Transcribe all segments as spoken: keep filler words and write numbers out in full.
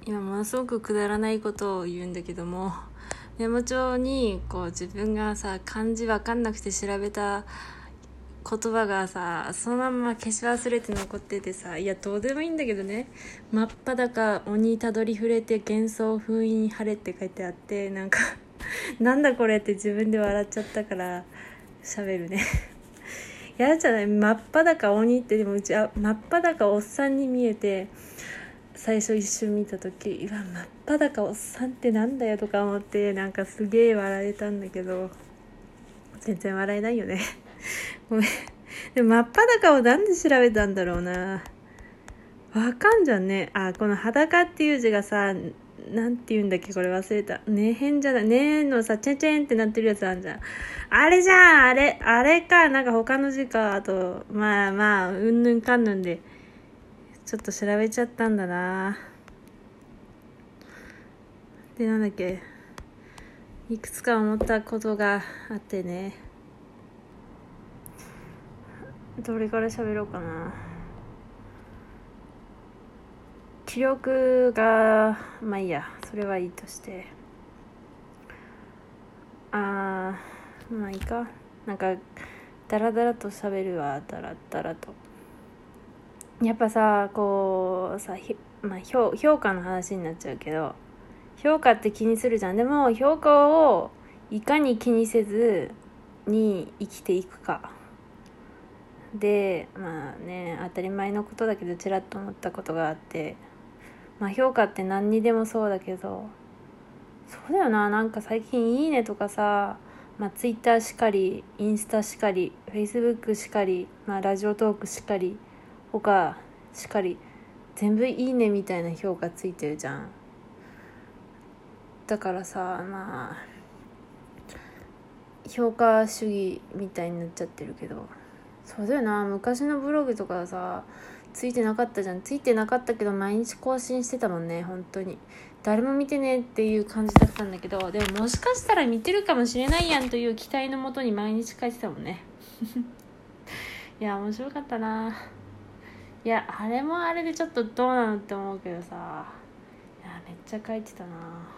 今ものすごくくだらないことを言うんだけども、メモ帳にこう自分がさ漢字わかんなくて調べた言葉がさそのまま消し忘れて残っててさ、いやどうでもいいんだけどね、真っ裸鬼たどり触れて幻想封印晴れって書いてあって、なんかなんだこれって自分で笑っちゃったから喋るねやだじゃない、真っ裸鬼って、でもうちは真っ裸おっさんに見えて、最初一瞬見た時、うわ真っ裸おっさんってなんだよとか思って、なんかすげえ笑えたんだけど全然笑えないよねごめん。でも真っ裸をなんで調べたんだろうな、わかんじゃんね。あ、この裸っていう字がさ、なんて言うんだっけ、これ忘れた。ねへんじゃない、ねのさ、チェチェンってなってるやつあるじゃん。あれじゃん、あれ、あれか、なんか他の字か、あと、まあまあ、うんぬんかんぬんで、ちょっと調べちゃったんだな。で、なんだっけ、いくつか思ったことがあってね。どれから喋ろうかな。気力が、まあいいや、それはいいとして。あー、まあいいか。なんか、ダラダラと喋るわ、ダラダラと。やっぱさ、こう、さ、まあ、評、評価の話になっちゃうけど、評価って気にするじゃん。でも、評価をいかに気にせずに生きていくか。で、まあね、当たり前のことだけど、ちらっと思ったことがあって、まあ評価って何にでもそうだけど、そうだよな、なんか最近いいねとかさ、まあツイッターしかり、インスタしかり、フェイスブックしかり、まあラジオトークしかり、他しかり、全部いいねみたいな評価ついてるじゃん。だからさ、まあ評価主義みたいになっちゃってるけど、そうだよな、昔のブログとかさついてなかったじゃん。ついてなかったけど毎日更新してたもんね。本当に誰も見てねっていう感じだったんだけど、でももしかしたら見てるかもしれないやんという期待のもとに毎日書いてたもんねいや面白かったな。いやあれもあれでちょっとどうなのって思うけどさ、いやめっちゃ書いてたな。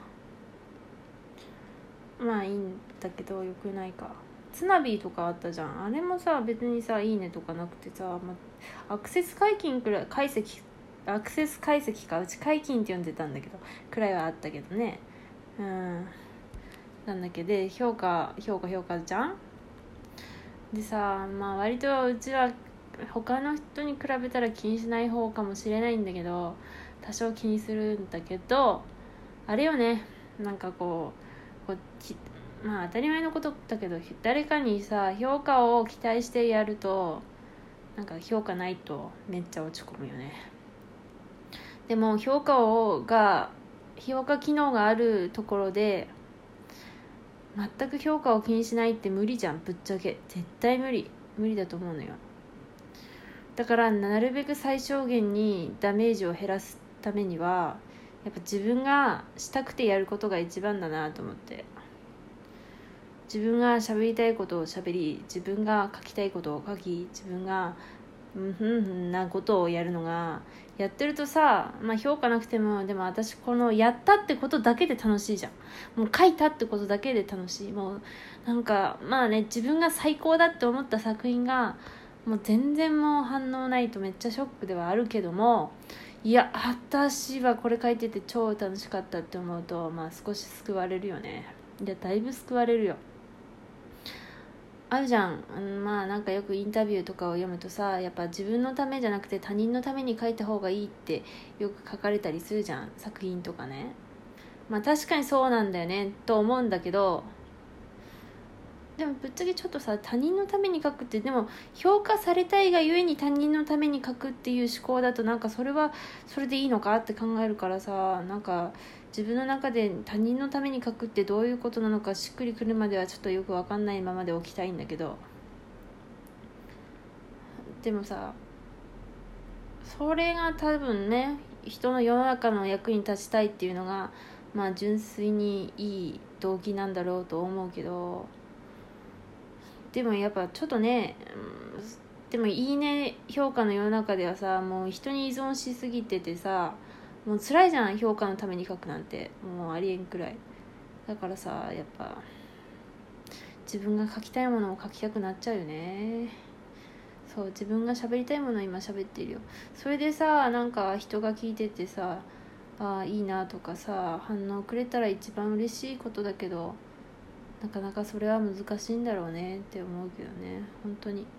まあいいんだけどよくないか。ツナビーとかあったじゃん。あれもさ別にさいいねとかなくてさ、まあ、アクセス解禁くらい解析アクセス解析か、うち解禁って呼んでたんだけどくらいはあったけどね。うんなんだけど、で評価評価評価じゃん。でさ、まあ割とうちは他の人に比べたら気にしない方かもしれないんだけど、多少気にするんだけど、あれよね、なんかこうこうまあ当たり前のことだけど、誰かにさ評価を期待してやるとなんか評価ないとめっちゃ落ち込むよね。でも評価をが評価機能があるところで全く評価を気にしないって無理じゃん。ぶっちゃけ絶対無理無理だと思うのよ。だからなるべく最小限にダメージを減らすためにはやっぱ自分がしたくてやることが一番だなと思って、自分が喋りたいことを喋り、自分が書きたいことを書き、自分がうんふんふんなことをやるのがやってるとさ、まあ評価なくても、でも私このやったってことだけで楽しいじゃん。もう書いたってことだけで楽しい。もうなんかまあね、自分が最高だって思った作品がもう全然もう反応ないとめっちゃショックではあるけども、いや私はこれ書いてて超楽しかったって思うと、まあ少し救われるよね。いやだいぶ救われるよ。あるじゃん、うん、まあなんかよくインタビューとかを読むとさ、やっぱ自分のためじゃなくて他人のために書いた方がいいってよく書かれたりするじゃん、作品とかね。まあ確かにそうなんだよねと思うんだけど、でもぶっちゃけちょっとさ、他人のために書くって、でも評価されたいがゆえに他人のために書くっていう思考だと、なんかそれはそれでいいのかって考えるからさ、なんか自分の中で他人のために書くってどういうことなのかしっくりくるまではちょっとよく分かんないままでおきたいんだけど、でもさそれが多分ね、人の世の中の役に立ちたいっていうのがまあ純粋にいい動機なんだろうと思うけど、でもやっぱちょっとね、うん、でもいいね評価の世の中ではさ、もう人に依存しすぎててさ、 もう辛いじゃん、評価のために書くなんて。もうありえんくらいだからさ、やっぱ自分が書きたいものを書きたくなっちゃうよね。そう、自分が喋りたいものを今喋っているよ。それでさ、なんか人が聞いててさ、ああいいなとかさ、反応くれたら一番嬉しいことだけど、なかなかそれは難しいんだろうねって思うけどね、本当に。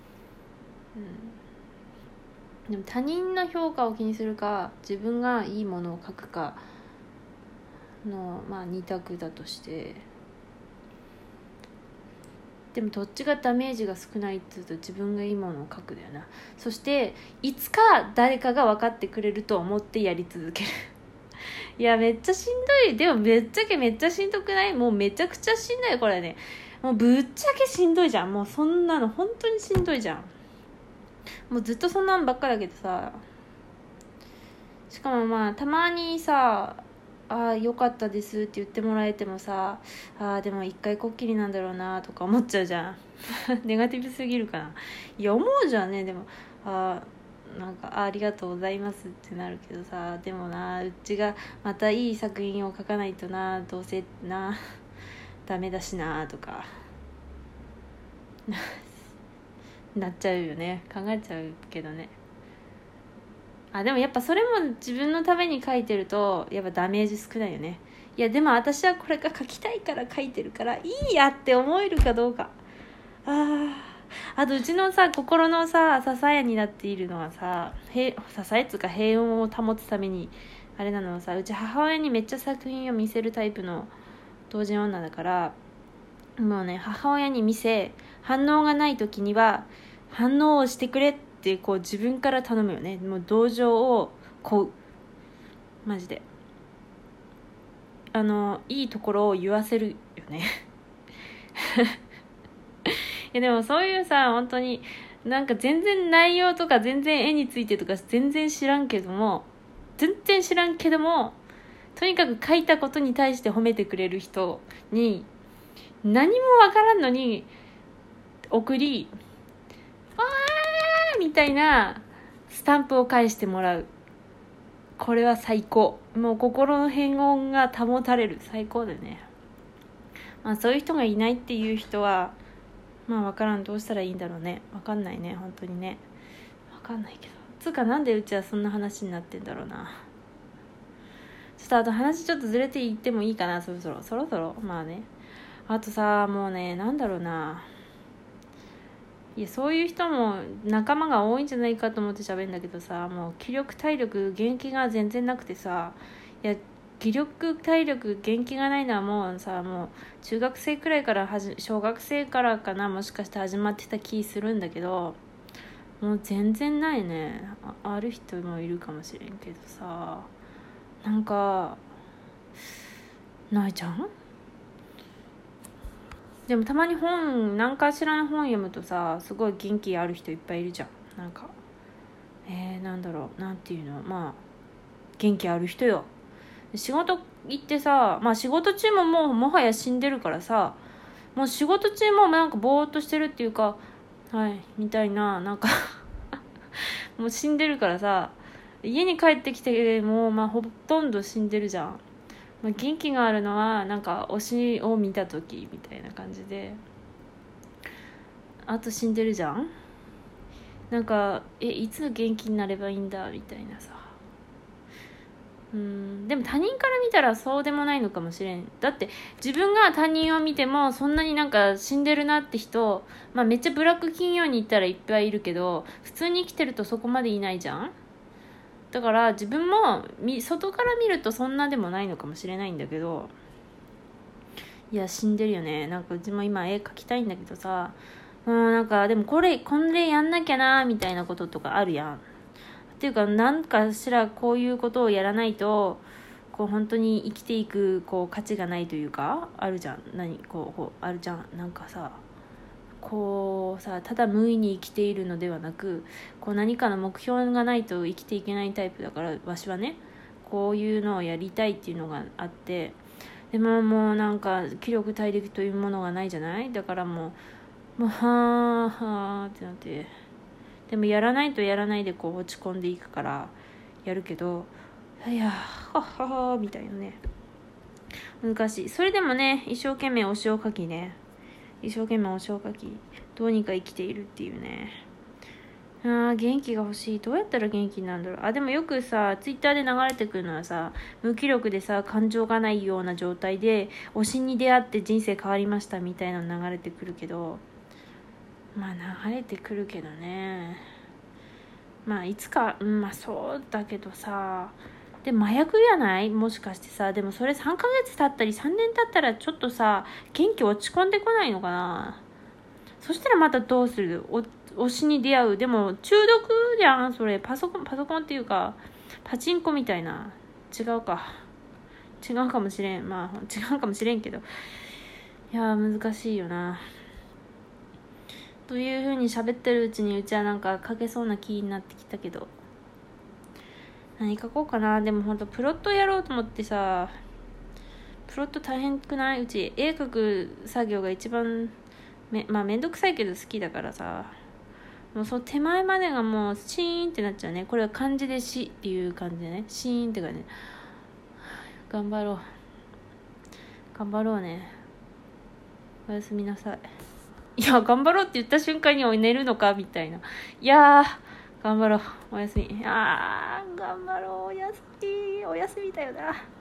うん、でも他人の評価を気にするか、自分がいいものを書くかの、まあ二択だとして、でもどっちがダメージが少ないっていうと、自分がいいものを書くだよな。そしていつか誰かが分かってくれると思ってやり続けるいやめっちゃしんどい。でもめっちゃけめっちゃしんどくない？もうめちゃくちゃしんどいこれね。もうぶっちゃけしんどいじゃん。もうそんなの本当にしんどいじゃん。もうずっとそんなんばっかだけどさ。しかもまあたまにさ、ああ良かったですって言ってもらえてもさ、ああでも一回こっきりなんだろうなとか思っちゃうじゃんネガティブすぎるかな。いや思うじゃんね。でもああなんか あ, ありがとうございますってなるけどさ、でもな、うちがまたいい作品を書かないとな、どうせなダメだしなとかなっちゃうよね。考えちゃうけどね。あでもやっぱそれも自分のために書いてるとやっぱダメージ少ないよね。いやでも私はこれが書きたいから書いてるからいいやって思えるかどうか。ああとうちのさ心のさ支えになっているのはさ、支えっつうか平穏を保つためにあれなのはさ、うち母親にめっちゃ作品を見せるタイプの同人女だから、もうね母親に見せ、反応がない時には反応をしてくれってこう自分から頼むよね。もう同情をこうマジであのいいところを言わせるよねいやでもそういうさ、本当になんか全然内容とか全然絵についてとか全然知らんけども全然知らんけどもとにかく書いたことに対して褒めてくれる人に何もわからんのに送り、わーみたいなスタンプを返してもらう。これは最高。もう心の平穏が保たれる。最高だよね。まあそういう人がいないっていう人はまあ分からん。どうしたらいいんだろうね。分かんないね、本当にね。分かんないけど、つうかなんでうちはそんな話になってんだろうな。ちょっとあと話ちょっとずれていってもいいかな。そろそろそろそろまあね。あとさ、もうね、なんだろうな、いやそういう人も仲間が多いんじゃないかと思って喋るんだけどさ、もう気力体力元気が全然なくてさ、いや気力体力元気がないのはもうさ、もう中学生くらいからはじ小学生からかな、もしかして始まってた気するんだけど、もう全然ないね。 あ, ある人もいるかもしれんけどさ、なんかないじゃん。でもたまに本何かしらの本読むとさ、すごい元気ある人いっぱいいるじゃん。なんかえー、なんだろう、なんていうの、まあ元気ある人よ。仕事行ってさ、まあ仕事中ももうもはや死んでるからさ、もう仕事中もなんかぼーっとしてるっていうか、はいみたいな、なんかもう死んでるからさ、家に帰ってきてもうまあほとんど死んでるじゃん。まあ、元気があるのはなんか推しを見た時みたいな感じで、あと死んでるじゃん。なんかえいつ元気になればいいんだみたいなさ。うん、でも他人から見たらそうでもないのかもしれん。だって自分が他人を見てもそんなになんか死んでるなって人、まあめっちゃブラック企業に行ったらいっぱいいるけど、普通に生きてるとそこまでいないじゃん。だから自分も外から見るとそんなでもないのかもしれないんだけど、いや死んでるよね。なんかうちも今絵描きたいんだけどさ、もうなんかでもこれこれやんなきゃなみたいなこととかあるやん。っていうかなんかしらこういうことをやらないとこう本当に生きていくこう価値がないというかあるじゃん。何こうこうあるじゃん。なんかさ、こうさ、ただ無意に生きているのではなく、こう何かの目標がないと生きていけないタイプだから、わしはねこういうのをやりたいっていうのがあって、でももうなんか気力体力というものがないじゃない。だからもうもうはーはーってなって、でもやらないとやらないでこう落ち込んでいくからやるけど、 いやはっははみたいなね、難しい。それでもね、一生懸命お塩かきね、一生懸命お塩かき、どうにか生きているっていうね。あー、元気が欲しい。どうやったら元気なんだろう。あ、でもよくさ、ツイッターで流れてくるのはさ、無気力でさ、感情がないような状態で推しに出会って人生変わりましたみたいなの流れてくるけど、まあ流れてくるけどね、まあいつか、うん、まあそうだけどさ、で麻薬じゃない、もしかしてさ。でもそれさんかげつ経ったりさんねん経ったらちょっとさ、元気落ち込んでこないのかな。そしたらまたどうする。お推しに出会う。でも中毒じゃんそれ。パソコンパソコンっていうかパチンコみたいな。違うか違うかもしれん。まあ違うかもしれんけど、いやー難しいよな。という風に喋ってるうちにうちはなんか書けそうな気になってきたけど、何書こうかな。でもほんとプロットやろうと思ってさ、プロット大変くない？うち絵描く作業が一番めまあめんどくさいけど好きだからさ、もうその手前までがもうシーンってなっちゃうね。これは漢字でしっていう感じでね、シーンってかね。頑張ろう頑張ろうね。おやすみなさい。いや頑張ろうって言った瞬間におい寝るのかみたいな。いやー頑張ろう、おやすみ。あー頑張ろう、おやすみおやすみだよな。